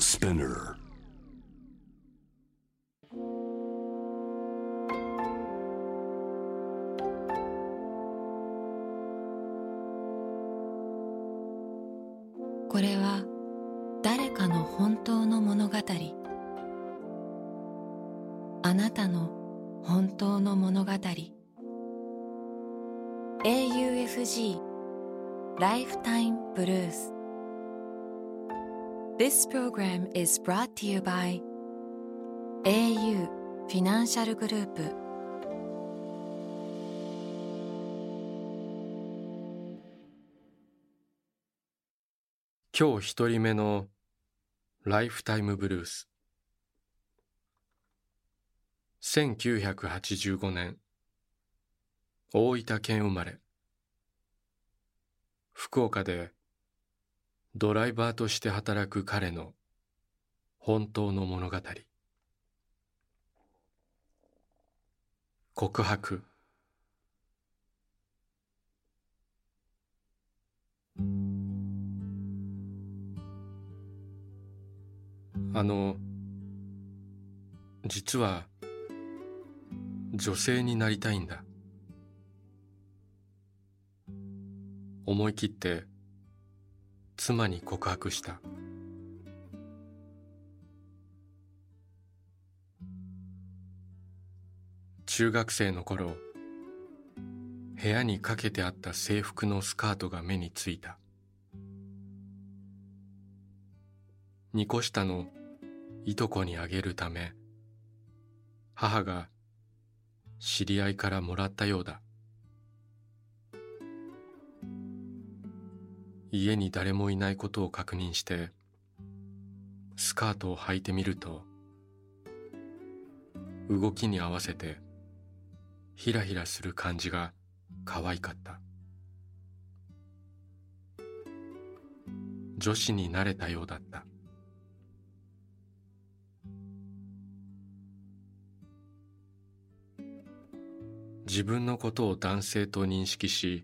Spinner. これは誰かの本当の物語。あなたの本当の物語。AUFG Lifetime Blues. This program is brought to you by au フィナンシャルグループ。 今日一人目のライフタイムブルース。1985年、大分県生まれ。福岡でドライバーとして働く彼の本当の物語。告白。実は女性になりたいんだ。思い切って妻に告白した。中学生の頃、部屋にかけてあった制服のスカートが目についた。2個下のいとこにあげるため、母が知り合いからもらったようだ。家に誰もいないことを確認して、スカートを履いてみると、動きに合わせてヒラヒラする感じが可愛かった。女子になれたようだった。自分のことを男性と認識し、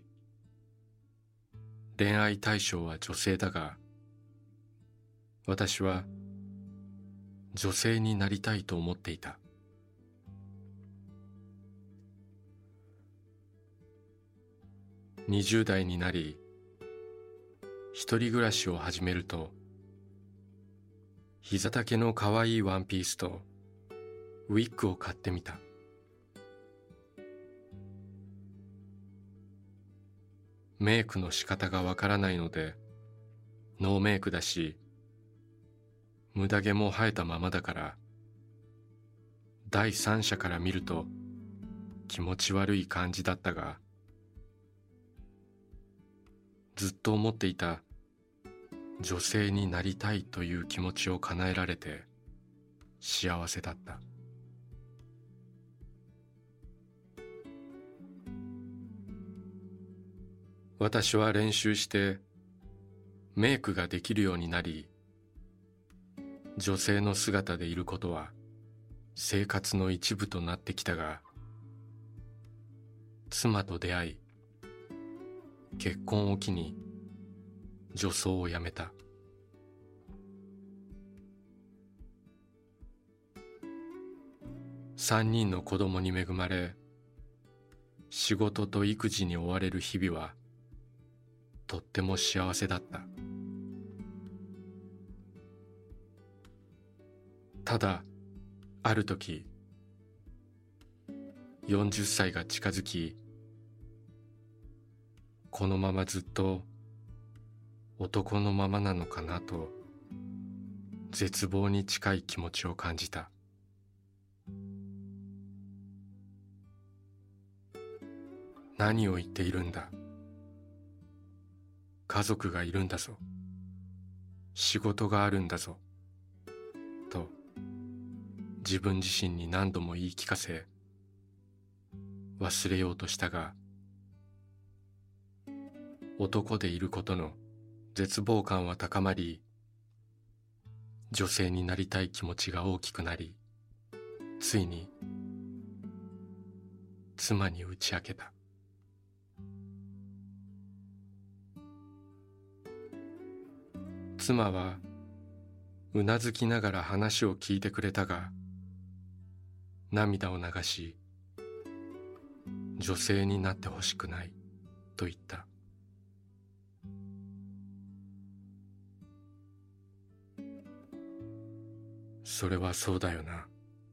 恋愛対象は女性だが、私は女性になりたいと思っていた。20代になり、一人暮らしを始めると、膝丈の可愛いワンピースとウィッグを買ってみた。メイクの仕方がわからないので、ノーメイクだし、無駄毛も生えたままだから、第三者から見ると気持ち悪い感じだったが、ずっと思っていた女性になりたいという気持ちを叶えられて幸せだった。私は練習してメイクができるようになり、女性の姿でいることは生活の一部となってきたが、妻と出会い、結婚を機に女装をやめた。3人の子供に恵まれ、仕事と育児に追われる日々はとっても幸せだった。ただ、ある時、40歳が近づき、このままずっと男のままなのかなと絶望に近い気持ちを感じた。何を言っているんだ。家族がいるんだぞ。仕事があるんだぞ。と自分自身に何度も言い聞かせ、忘れようとしたが、男でいることの絶望感は高まり、女性になりたい気持ちが大きくなり、ついに妻に打ち明けた。妻はうなずきながら話を聞いてくれたが、涙を流し、女性になってほしくないと言った。それはそうだよな。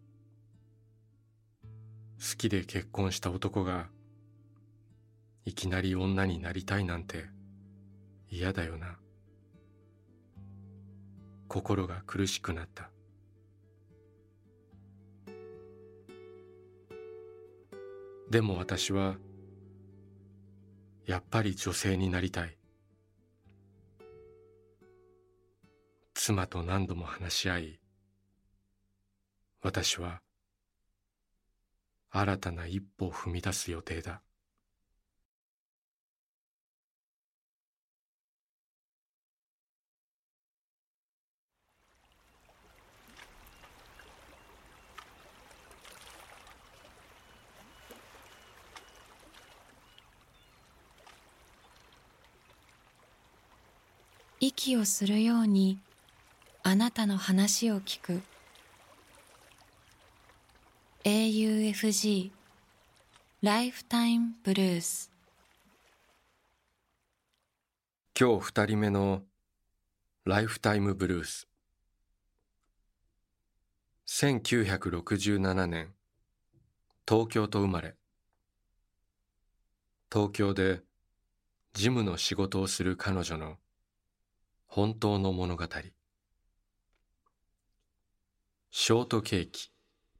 好きで結婚した男がいきなり女になりたいなんて嫌だよな。心が苦しくなった。でも私はやっぱり女性になりたい。妻と何度も話し合い、私は新たな一歩を踏み出す予定だ。 息をするようにあなたの話を聞く AUFG ライフタイムブルース。 今日二人目のライフタイムブルース。1967年、東京と生まれ、東京で事務の仕事をする彼女の本当の物語。ショートケーキ。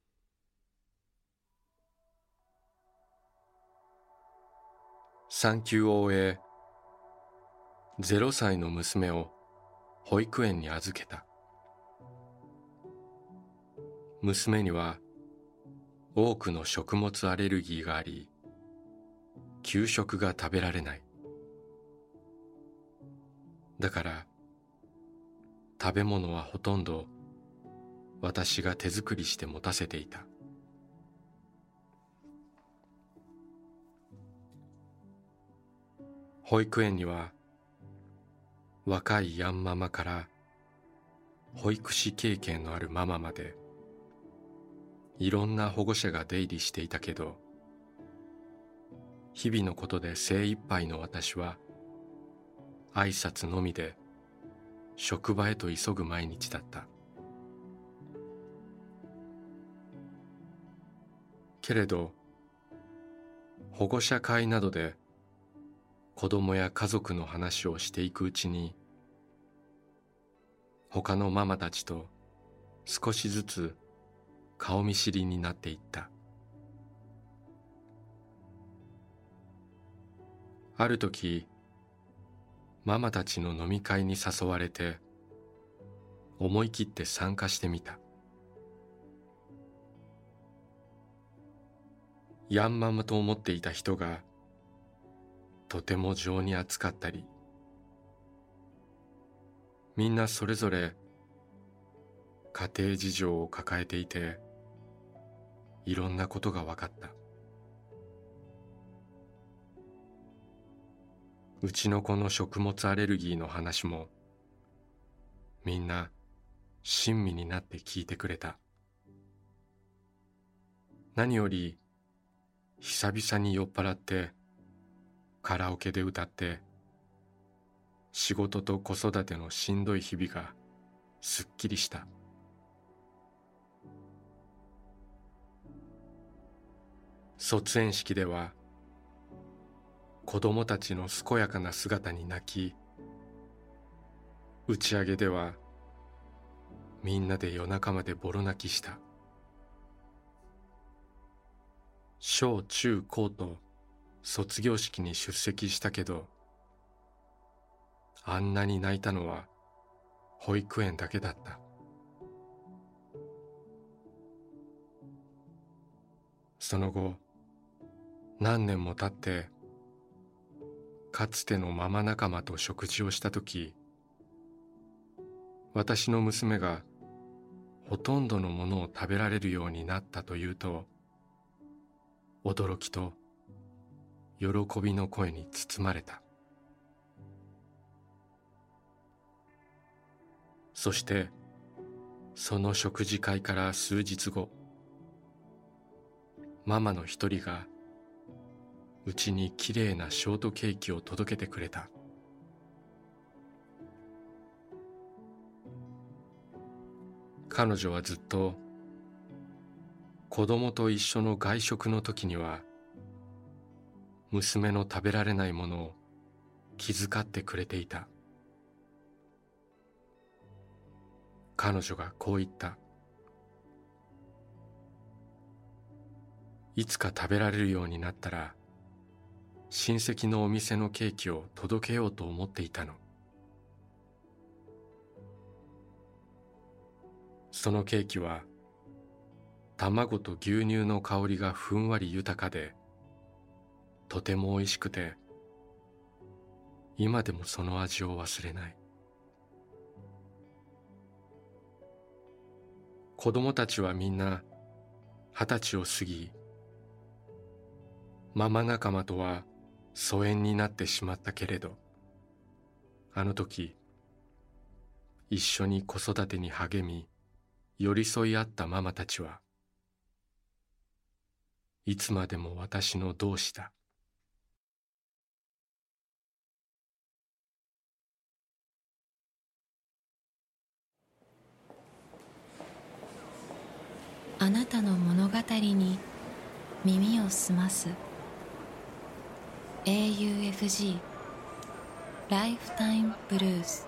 産休を終え、0歳の娘を保育園に預けた。娘には多くの食物アレルギーがあり、給食が食べられない。だから食べ物はほとんど私が手作りして持たせていた。保育園には若いヤンママから保育士経験のあるママまでいろんな保護者が出入りしていたけど、日々のことで精一杯の私は挨拶のみで職場へと急ぐ毎日だった。けれど保護者会などで子供や家族の話をしていくうちに、他のママたちと少しずつ顔見知りになっていった。ある時、ママたちの飲み会に誘われて思い切って参加してみた。ヤンママと思っていた人がとても情に厚かったり、みんなそれぞれ家庭事情を抱えていて、いろんなことが分かった。うちの子の食物アレルギーの話もみんな親身になって聞いてくれた。何より久々に酔っ払ってカラオケで歌って、仕事と子育てのしんどい日々がすっきりした。卒園式では子供たちの健やかな姿に泣き、打ち上げではみんなで夜中までボロ泣きした。小中高と卒業式に出席したけど、あんなに泣いたのは保育園だけだった。その後、何年も経って、かつてのママ仲間と食事をしたとき、私の娘がほとんどのものを食べられるようになったというと、驚きと喜びの声に包まれた。そしてその食事会から数日後、ママの一人がうちにきれいなショートケーキを届けてくれた。彼女はずっと子供と一緒の外食の時には娘の食べられないものを気遣ってくれていた。彼女がこう言った。いつか食べられるようになったら親戚のお店のケーキを届けようと思っていたの。そのケーキは卵と牛乳の香りがふんわり豊かでとてもおいしくて、今でもその味を忘れない。子供たちはみんな20歳を過ぎ、ママ仲間とは疎遠になってしまったけれど、あの時一緒に子育てに励み寄り添い合ったママたちはいつまでも私の同志だ。 あなたの物語に耳を澄ます AUFG ライフタイムブルース。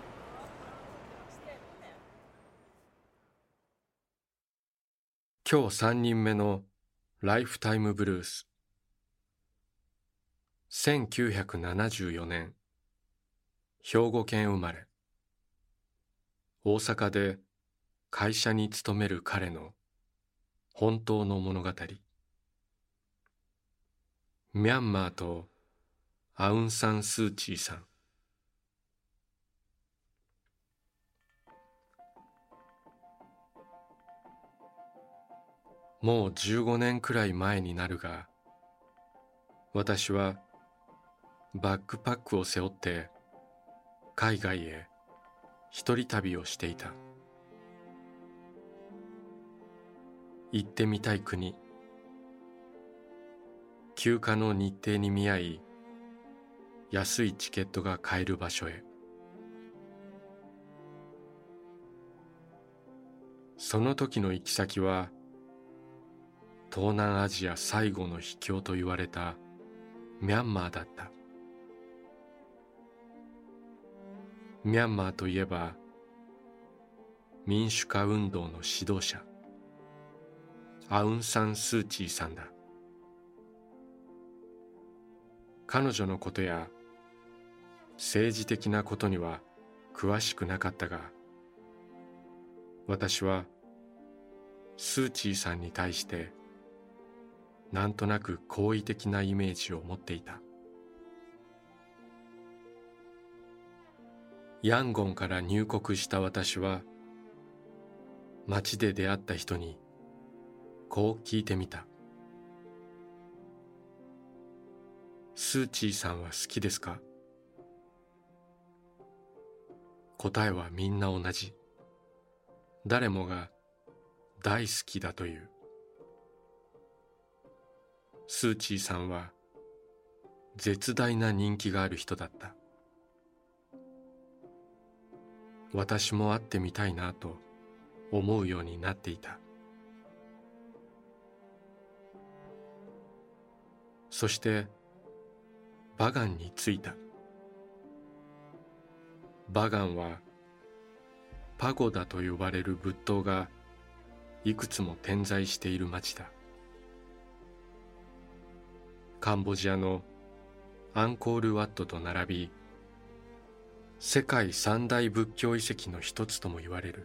今日3人目のライフタイムブルース。1974年、兵庫県生まれ。大阪で会社に勤める彼の本当の物語。ミャンマーとアウン・サン・スー・チーさん。もう15年くらい前になるが、私はバックパックを背負って海外へ一人旅をしていた。行ってみたい国、休暇の日程に見合い安いチケットが買える場所へ。その時の行き先は東南アジア最後の秘境と言われたミャンマーだった。ミャンマーといえば民主化運動の指導者アウン・サン・スー・チーさんだ。彼女のことや政治的なことには詳しくなかったが、私はスー・チーさんに対してなんとなく好意的なイメージを持っていた。ヤンゴンから入国した私は街で出会った人にこう聞いてみた。スー・チーさんは好きですか？答えはみんな同じ。誰もが大好きだという。スー・チーさんは絶大な人気がある人だった。私も会ってみたいなと思うようになっていた。そしてバガンに着いた。バガンはパゴダと呼ばれる仏塔がいくつも点在している町だ。カンボジアのアンコールワットと並び、世界三大仏教遺跡の一つとも言われる。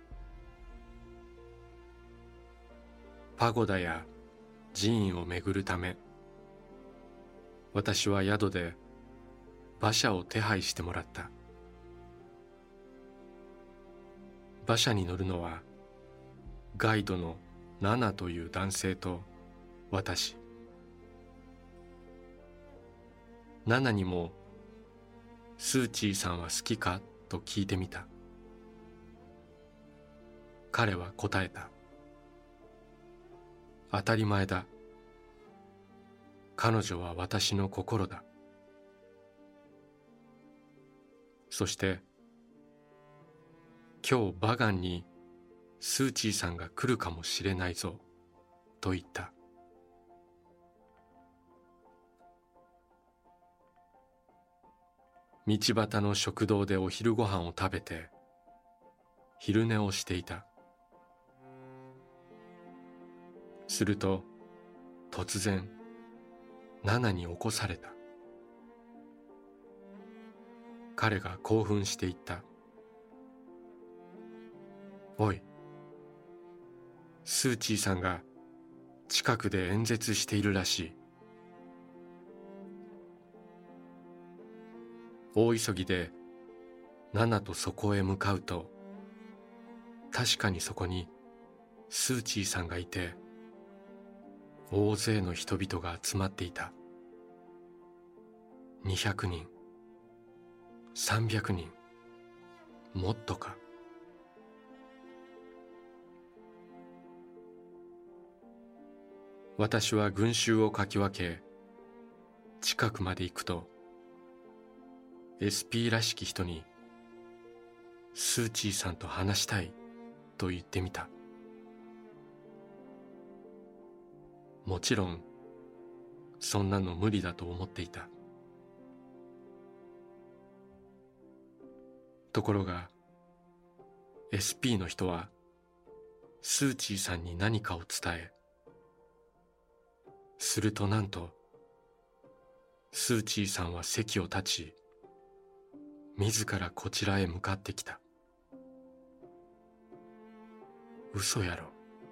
パゴダや寺院を巡るため、私は宿で馬車を手配してもらった。馬車に乗るのはガイドのナナという男性と私。ナナにもスー・チーさんは好きかと聞いてみた。 彼は答えた。当たり前だ。彼女は私の心だ。そして、今日バガンにスーチーさんが来るかもしれないぞ、と言った。道端の食堂でお昼ご飯を食べて、昼寝をしていた。すると、突然、ナナに起こされた。彼が興奮して言った。おい、スーチーさんが近くで演説しているらしい。大急ぎでナナとそこへ向かうと、確かにそこにスーチーさんがいて、大勢の人々が集まっていた。200人、300人、もっとか。私は群衆をかき分け、近くまで行くと、SP らしき人に、スーチーさんと話したいと言ってみた。もちろん、そんなの無理だと思っていた。ところが、SP の人は、スーチーさんに何かを伝え、するとなんと、スーチーさんは席を立ち、自らこちらへ向かってきた。嘘やろ。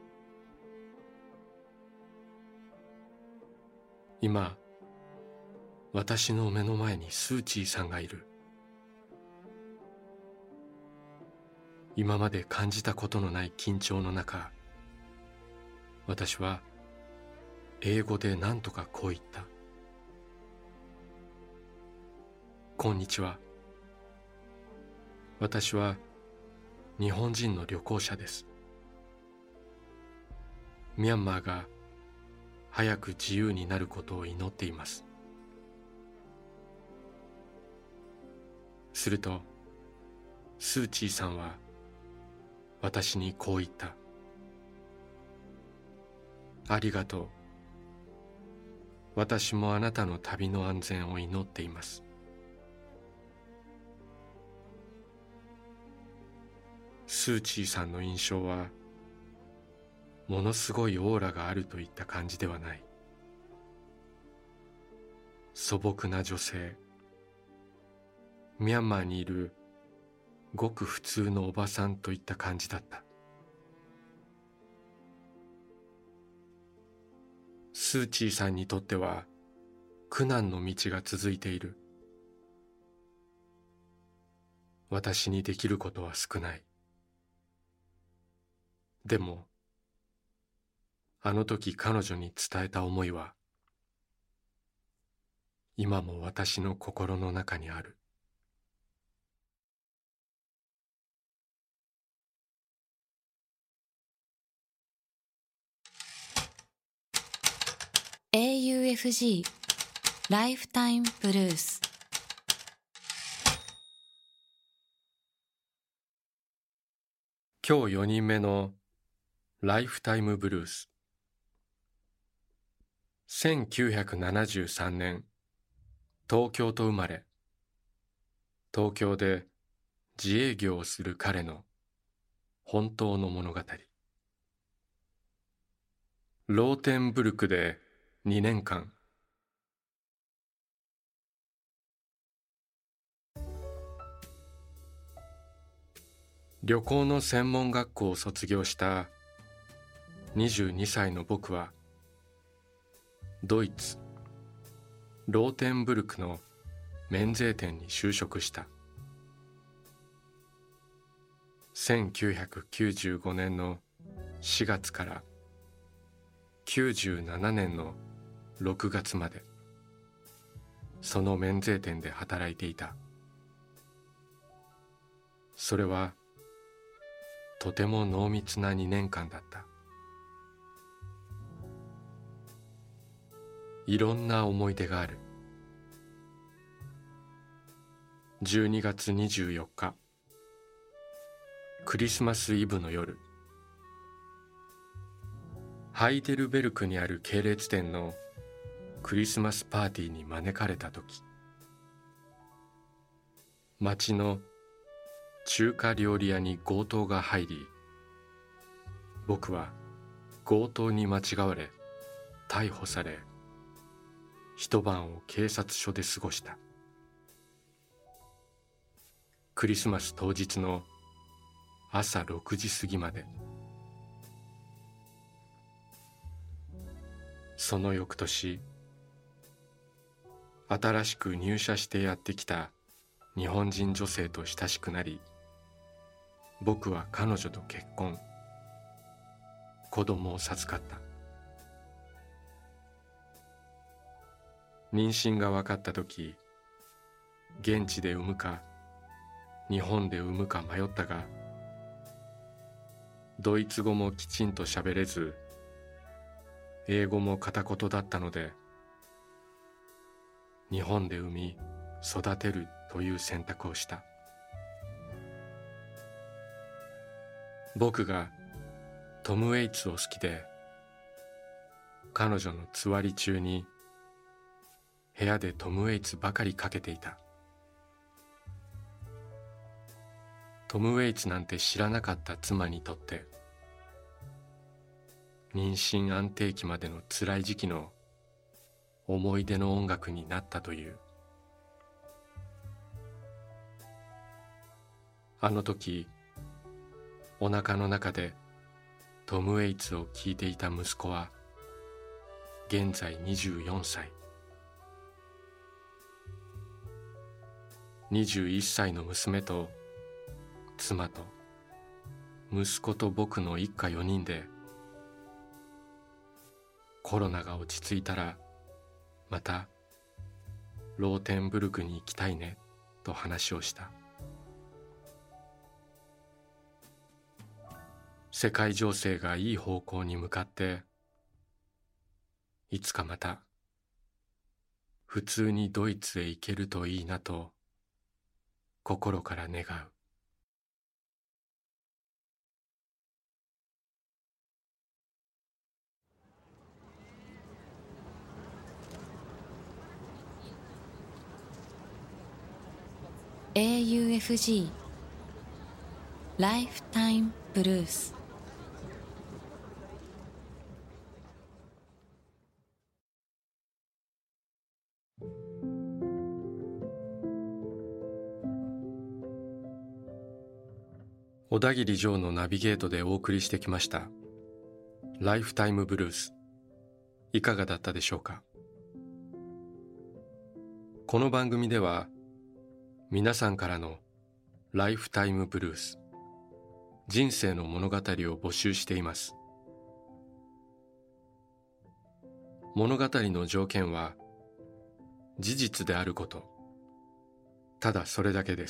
今、私の目の前にスーチーさんがいる。今まで感じたことのない緊張の中、私は英語で何とかこう言った。こんにちは。私は日本人の旅行者です。ミャンマーが早く自由になることを祈っています。すると、スーチーさんは私にこう言った。ありがとう。私もあなたの旅の安全を祈っています。スーチーさんの印象は、ものすごいオーラがあるといった感じではない。素朴な女性、ミャンマーにいるごく普通のおばさんといった感じだった。スーチーさんにとっては苦難の道が続いている。私にできることは少ない。でも、あの時彼女に伝えた思いは、今も私の心の中にある。 AUFG ライフタイムブルース。 今日4人目のライフタイムブルース。1973年、東京と生まれ、東京で自営業をする彼の本当の物語。ローテンブルクで2年間。旅行の専門学校を卒業した22歳の僕は、ドイツ、ローテンブルクの免税店に就職した。1995年の4月から97年の6月まで、その免税店で働いていた。それはとても濃密な2年間だった。いろんな思い出がある。12月24日、クリスマスイブの夜、ハイデルベルクにある系列店のクリスマスパーティーに招かれた時、町の中華料理屋に強盗が入り、僕は強盗に間違われ逮捕され、一晩を警察署で過ごした。クリスマス当日の朝6時過ぎまで。その翌年、新しく入社してやってきた日本人女性と親しくなり、僕は彼女と結婚、子供を授かった。妊娠が分かった時、現地で産むか日本で産むか迷ったが、ドイツ語もきちんと喋れず、英語も片言だったので、日本で産み育てるという選択をした。僕がトム・ウェイツを好きで、彼女のつわり中に部屋でトム・ウェイツばかりかけていた。トム・ウェイツなんて知らなかった妻にとって、妊娠安定期までの辛い時期の思い出の音楽になったという。あの時、お腹の中でトム・ウェイツを聴いていた息子は、現在24歳。21歳の娘と妻と息子と僕の一家4人で、コロナが落ち着いたらまたローテンブルクに行きたいねと話をした。世界情勢がいい方向に向かって、いつかまた普通にドイツへ行けるといいなと心から願う。 AUFG ライフタイムブルース。 小田切城のナビゲートでお送りしてきましたライフタイムブルース、いかがだったでしょうか。この番組では皆さんからのライフタイムブルース、人生の物語を募集しています。物語の条件は事実であること、ただそれだけです。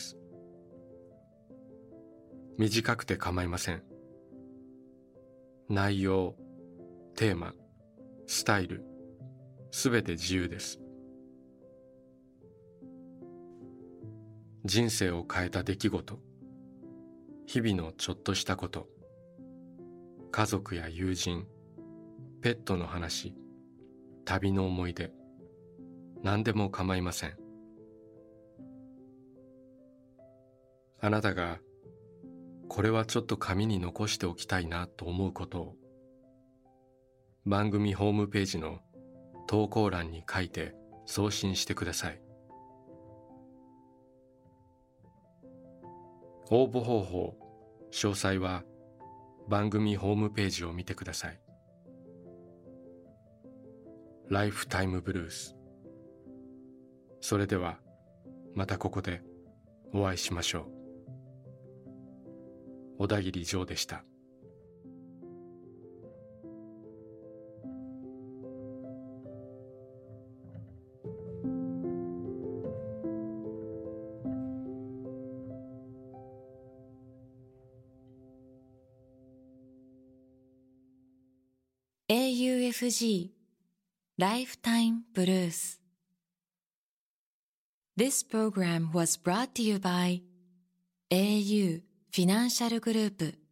短くて構いません。内容、テーマ、スタイル、すべて自由です。人生を変えた出来事、日々のちょっとしたこと、家族や友人、ペットの話、旅の思い出、何でも構いません。あなたがこれはちょっと紙に残しておきたいなと思うことを、番組ホームページの投稿欄に書いて送信してください。応募方法、詳細は番組ホームページを見てください。ライフタイムブルース。それではまたここでお会いしましょう。小田切城でした。 UFG Lifetime Blues. This program was brought to you by au フィナンシャルグループ